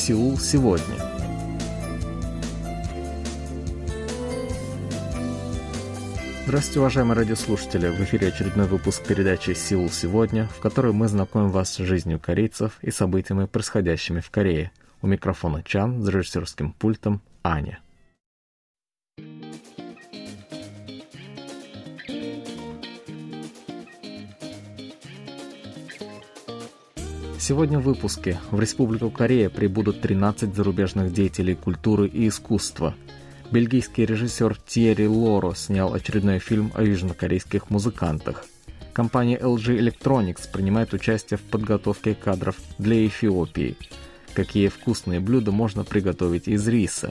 «Сеул сегодня». Здравствуйте, уважаемые радиослушатели! В эфире очередной выпуск передачи «Сеул сегодня», в которой мы знакомим вас с жизнью корейцев и событиями, происходящими в Корее. У микрофона Чан, за режиссерским пультом Аня. Сегодня в выпуске. В Республику Корея прибудут 13 зарубежных деятелей культуры и искусства. Бельгийский режиссер Тьерри Лоро снял очередной фильм о южнокорейских музыкантах. Компания LG Electronics принимает участие в подготовке кадров для Эфиопии. Какие вкусные блюда можно приготовить из риса?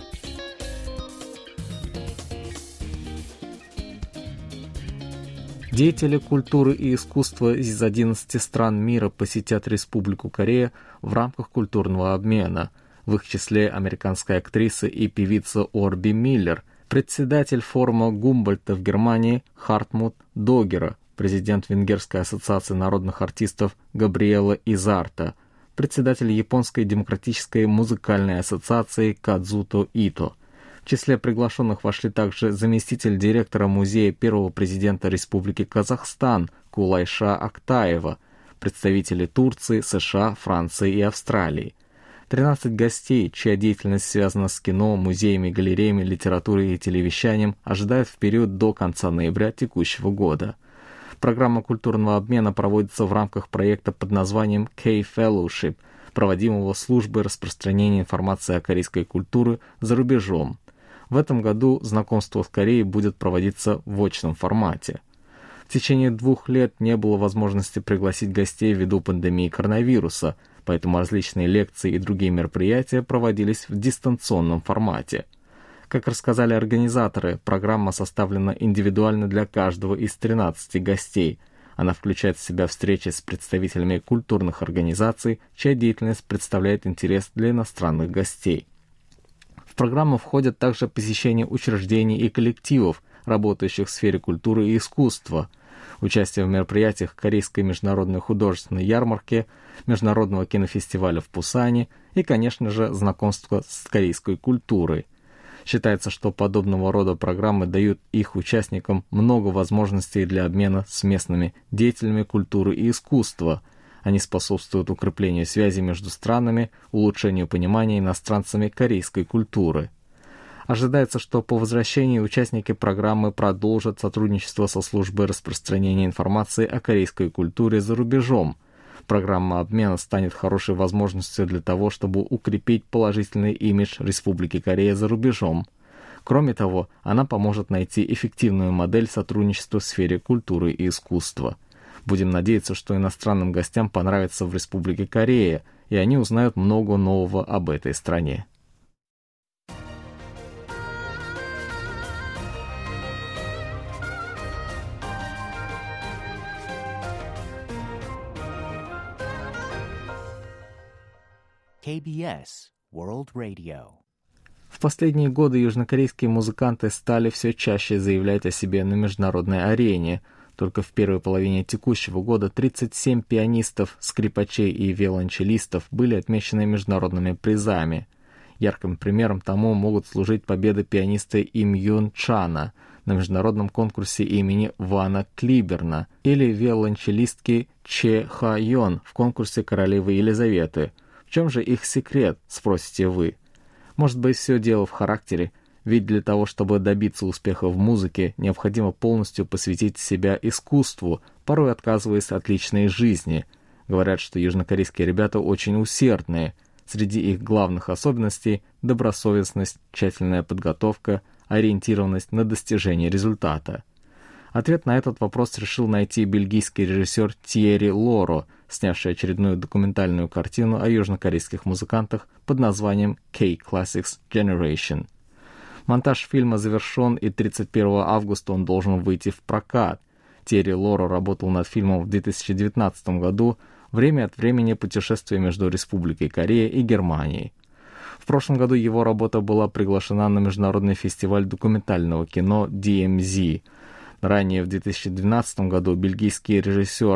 Деятели культуры и искусства из 11 стран мира посетят Республику Корея в рамках культурного обмена. В их числе американская актриса и певица Орби Миллер, председатель форума Гумбольдта в Германии Хартмут Догера, президент Венгерской ассоциации народных артистов Габриэла Изарта, председатель Японской демократической музыкальной ассоциации Кадзуто Ито. В числе приглашенных вошли также заместитель директора музея первого президента Республики Казахстан Кулайша Актаева, представители Турции, США, Франции и Австралии. 13 гостей, чья деятельность связана с кино, музеями, галереями, литературой и телевещанием, ожидают в период до конца ноября текущего года. Программа культурного обмена проводится в рамках проекта под названием K-Fellowship, проводимого службой распространения информации о корейской культуре за рубежом. В этом году знакомство с Кореей будет проводиться в очном формате. В течение 2 лет не было возможности пригласить гостей ввиду пандемии коронавируса, поэтому различные лекции и другие мероприятия проводились в дистанционном формате. Как рассказали организаторы, программа составлена индивидуально для каждого из 13 гостей. Она включает в себя встречи с представителями культурных организаций, чья деятельность представляет интерес для иностранных гостей. В программу входят также посещение учреждений и коллективов, работающих в сфере культуры и искусства, участие в мероприятиях Корейской международной художественной ярмарки, Международного кинофестиваля в Пусане и, конечно же, знакомство с корейской культурой. Считается, что подобного рода программы дают их участникам много возможностей для обмена с местными деятелями культуры и искусства. Они способствуют укреплению связи между странами, улучшению понимания иностранцами корейской культуры. Ожидается, что по возвращении участники программы продолжат сотрудничество со службой распространения информации о корейской культуре за рубежом. Программа обмена станет хорошей возможностью для того, чтобы укрепить положительный имидж Республики Корея за рубежом. Кроме того, она поможет найти эффективную модель сотрудничества в сфере культуры и искусства. Будем надеяться, что иностранным гостям понравится в Республике Корея, и они узнают много нового об этой стране. KBS World Radio. В последние годы южнокорейские музыканты стали все чаще заявлять о себе на международной арене. Только в первой половине текущего года 37 пианистов, скрипачей и виолончелистов были отмечены международными призами. Ярким примером тому могут служить победы пианиста Им Юн Чана на международном конкурсе имени Вана Клиберна или виолончелистки Че Ха Йон в конкурсе королевы Елизаветы. В чем же их секрет, спросите вы? Может быть, все дело в характере, ведь для того, чтобы добиться успеха в музыке, необходимо полностью посвятить себя искусству, порой отказываясь от личной жизни. Говорят, что южнокорейские ребята очень усердные. Среди их главных особенностей – добросовестность, тщательная подготовка, ориентированность на достижение результата. Ответ на этот вопрос решил найти бельгийский режиссер Тьерри Лоро, снявший очередную документальную картину о южнокорейских музыкантах под названием K-Classics Generation. Монтаж фильма завершен, и 31 августа он должен выйти в прокат. Тьерри Лоро работал над фильмом в 2019 году, время от времени путешествуя между Республикой Корея и Германией. В прошлом году его работа была приглашена на международный фестиваль документального кино DMZ. Ранее в 2012 году бельгийский режиссер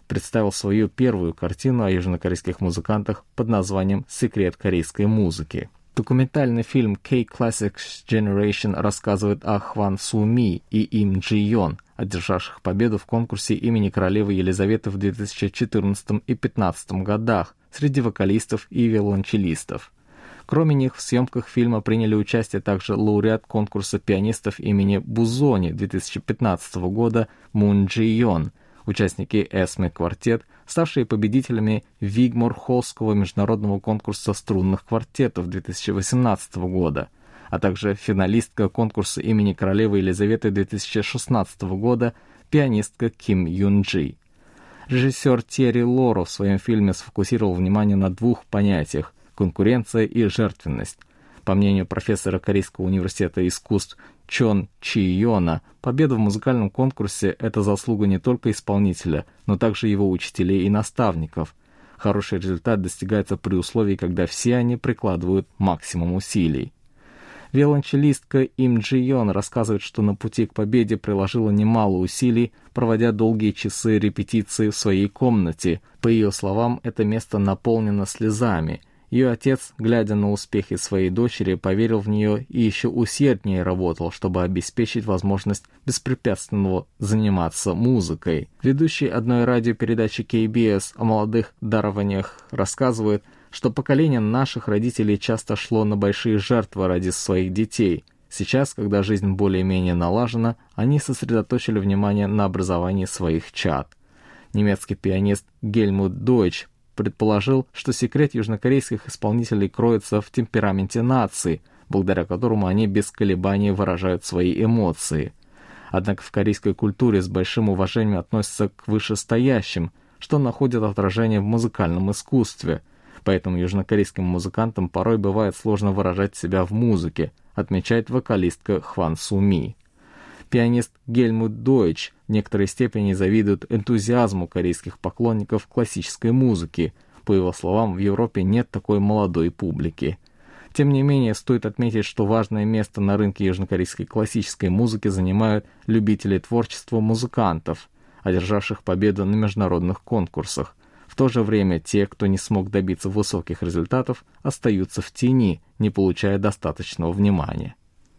представил свою первую картину о южнокорейских музыкантах под названием «Секрет корейской музыки». Документальный фильм K-Classics Generation рассказывает о Хван Су Ми и Им Джи Йон, одержавших победу в конкурсе имени королевы Елизаветы в 2014 и 2015 годах среди вокалистов и виолончелистов. Кроме них, в съемках фильма приняли участие также лауреат конкурса пианистов имени Бузони 2015 года Мун Джи Йон, участники Эсме Квартет, ставшие победителями Вигмор-Холлского международного конкурса струнных квартетов 2018 года, а также финалистка конкурса имени королевы Елизаветы 2016 года, пианистка Ким Юн Джи. Режиссер Терри Лоро в своем фильме сфокусировал внимание на двух понятиях – конкуренция и жертвенность. По мнению профессора Корейского университета искусств Чон Чи Йона, победа в музыкальном конкурсе – это заслуга не только исполнителя, но также его учителей и наставников. Хороший результат достигается при условии, когда все они прикладывают максимум усилий. Виолончелистка Им Джи Йон рассказывает, что на пути к победе приложила немало усилий, проводя долгие часы репетиции в своей комнате. По ее словам, это место наполнено слезами. Ее отец, глядя на успехи своей дочери, поверил в нее и еще усерднее работал, чтобы обеспечить возможность беспрепятственно заниматься музыкой. Ведущий одной радиопередачи KBS о молодых дарованиях рассказывает, что поколение наших родителей часто шло на большие жертвы ради своих детей. Сейчас, когда жизнь более-менее налажена, они сосредоточили внимание на образовании своих чад. Немецкий пианист Гельмут Дойч предположил, что секрет южнокорейских исполнителей кроется в темпераменте нации, благодаря которому они без колебаний выражают свои эмоции. Однако в корейской культуре с большим уважением относятся к вышестоящим, что находит отражение в музыкальном искусстве. Поэтому южнокорейским музыкантам порой бывает сложно выражать себя в музыке, отмечает вокалистка Хван Су Ми. Пианист Гельмут Дойч в некоторой степени завидует энтузиазму корейских поклонников классической музыки. По его словам, в Европе нет такой молодой публики. Тем не менее, стоит отметить, что важное место на рынке южнокорейской классической музыки занимают любители творчества музыкантов, одержавших победу на международных конкурсах. В то же время те, кто не смог добиться высоких результатов, остаются в тени, не получая достаточного внимания.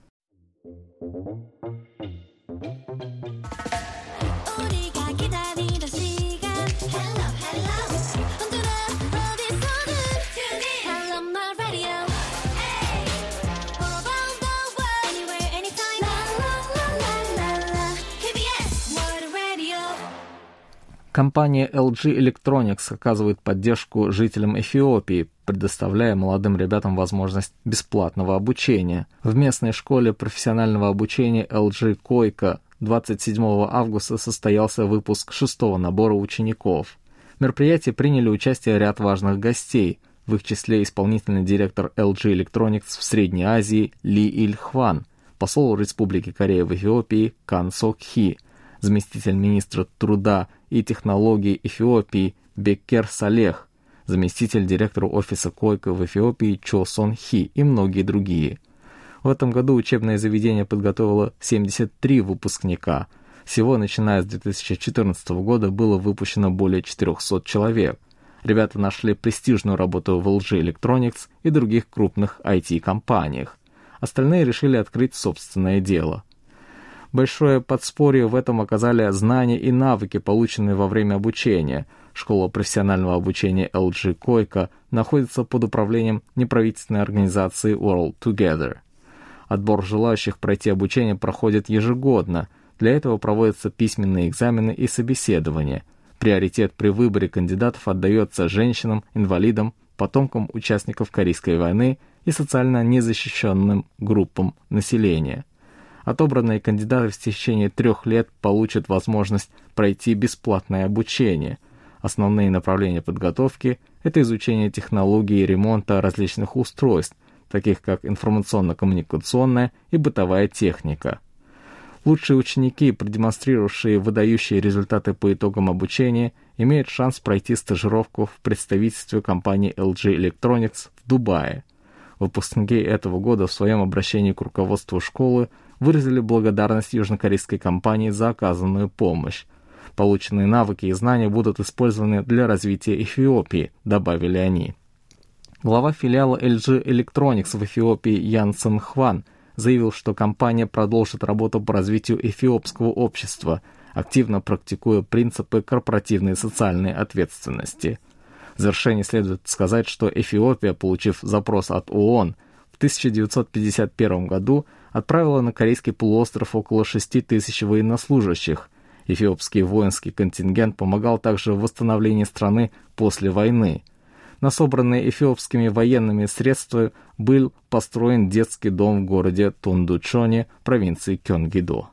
Компания LG Electronics оказывает поддержку жителям Эфиопии, предоставляя молодым ребятам возможность бесплатного обучения. В местной школе профессионального обучения LG Койка 27 августа состоялся выпуск 6-го набора учеников. В мероприятии приняли участие ряд важных гостей, в их числе исполнительный директор LG Electronics в Средней Азии Ли Иль Хван, посол Республики Корея в Эфиопии Кан Сок Хи, заместитель министра труда и технологий Эфиопии Беккер Салех, заместитель директора офиса Койка в Эфиопии Чо Сон Хи и многие другие. В этом году учебное заведение подготовило 73 выпускника. Всего, начиная с 2014 года, было выпущено более 400 человек. Ребята нашли престижную работу в LG Electronics и других крупных IT-компаниях. Остальные решили открыть собственное дело. Большое подспорье в этом оказали знания и навыки, полученные во время обучения. Школа профессионального обучения LG Койка находится под управлением неправительственной организации World Together. Отбор желающих пройти обучение проходит ежегодно. Для этого проводятся письменные экзамены и собеседования. Приоритет при выборе кандидатов отдается женщинам, инвалидам, потомкам участников Корейской войны и социально незащищенным группам населения. Отобранные кандидаты в течение 3 лет получат возможность пройти бесплатное обучение. Основные направления подготовки – это изучение технологий ремонта различных устройств, таких как информационно-коммуникационная и бытовая техника. Лучшие ученики, продемонстрировавшие выдающие результаты по итогам обучения, имеют шанс пройти стажировку в представительстве компании LG Electronics в Дубае. Выпускники этого года в своем обращении к руководству школы выразили благодарность южнокорейской компании за оказанную помощь. Полученные навыки и знания будут использованы для развития Эфиопии, добавили они. Глава филиала LG Electronics в Эфиопии Ян Цинхван заявил, что компания продолжит работу по развитию эфиопского общества, активно практикуя принципы корпоративной социальной ответственности. В завершение следует сказать, что Эфиопия, получив запрос от ООН, в 1951 году отправила на Корейский полуостров около 6 тысяч военнослужащих. Эфиопский воинский контингент помогал также в восстановлении страны после войны. На собранные эфиопскими военными средства был построен детский дом в городе Тундучоне, провинции Кёнгидо.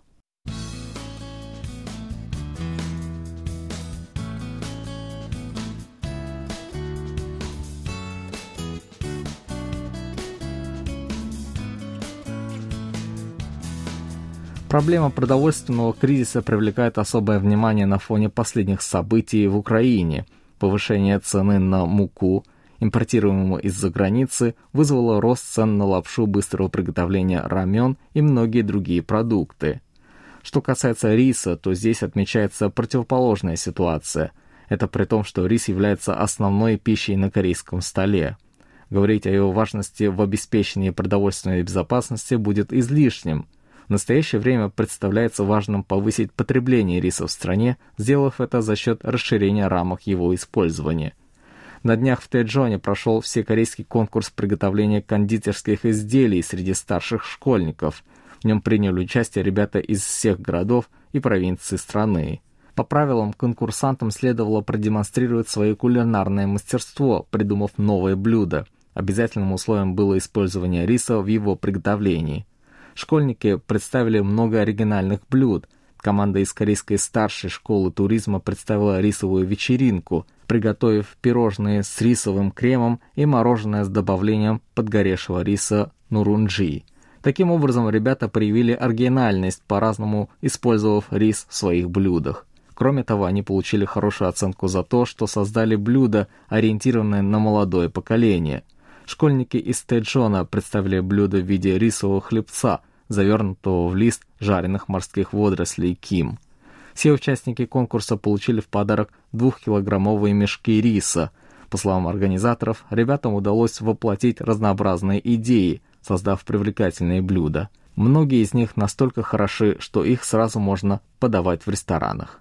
Проблема продовольственного кризиса привлекает особое внимание на фоне последних событий в Украине. Повышение цены на муку, импортируемую из-за границы, вызвало рост цен на лапшу быстрого приготовления рамен и многие другие продукты. Что касается риса, то здесь отмечается противоположная ситуация. Это при том, что рис является основной пищей на корейском столе. Говорить о его важности в обеспечении продовольственной безопасности будет излишним. В настоящее время представляется важным повысить потребление риса в стране, сделав это за счет расширения рамок его использования. На днях в Тэджоне прошел всекорейский конкурс приготовления кондитерских изделий среди старших школьников. В нем приняли участие ребята из всех городов и провинций страны. По правилам, конкурсантам следовало продемонстрировать свое кулинарное мастерство, придумав новое блюдо. Обязательным условием было использование риса в его приготовлении. Школьники представили много оригинальных блюд. Команда из корейской старшей школы туризма представила рисовую вечеринку, приготовив пирожные с рисовым кремом и мороженое с добавлением подгоревшего риса нурунджи. Таким образом, ребята проявили оригинальность, по-разному использовав рис в своих блюдах. Кроме того, они получили хорошую оценку за то, что создали блюдо, ориентированное на молодое поколение. Школьники из Тэджона представили блюдо в виде рисового хлебца, завернутого в лист жареных морских водорослей ким. Все участники конкурса получили в подарок 2-килограммовые мешки риса. По словам организаторов, ребятам удалось воплотить разнообразные идеи, создав привлекательные блюда. Многие из них настолько хороши, что их сразу можно подавать в ресторанах.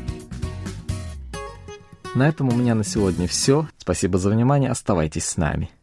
На этом у меня на сегодня все. Спасибо за внимание, оставайтесь с нами.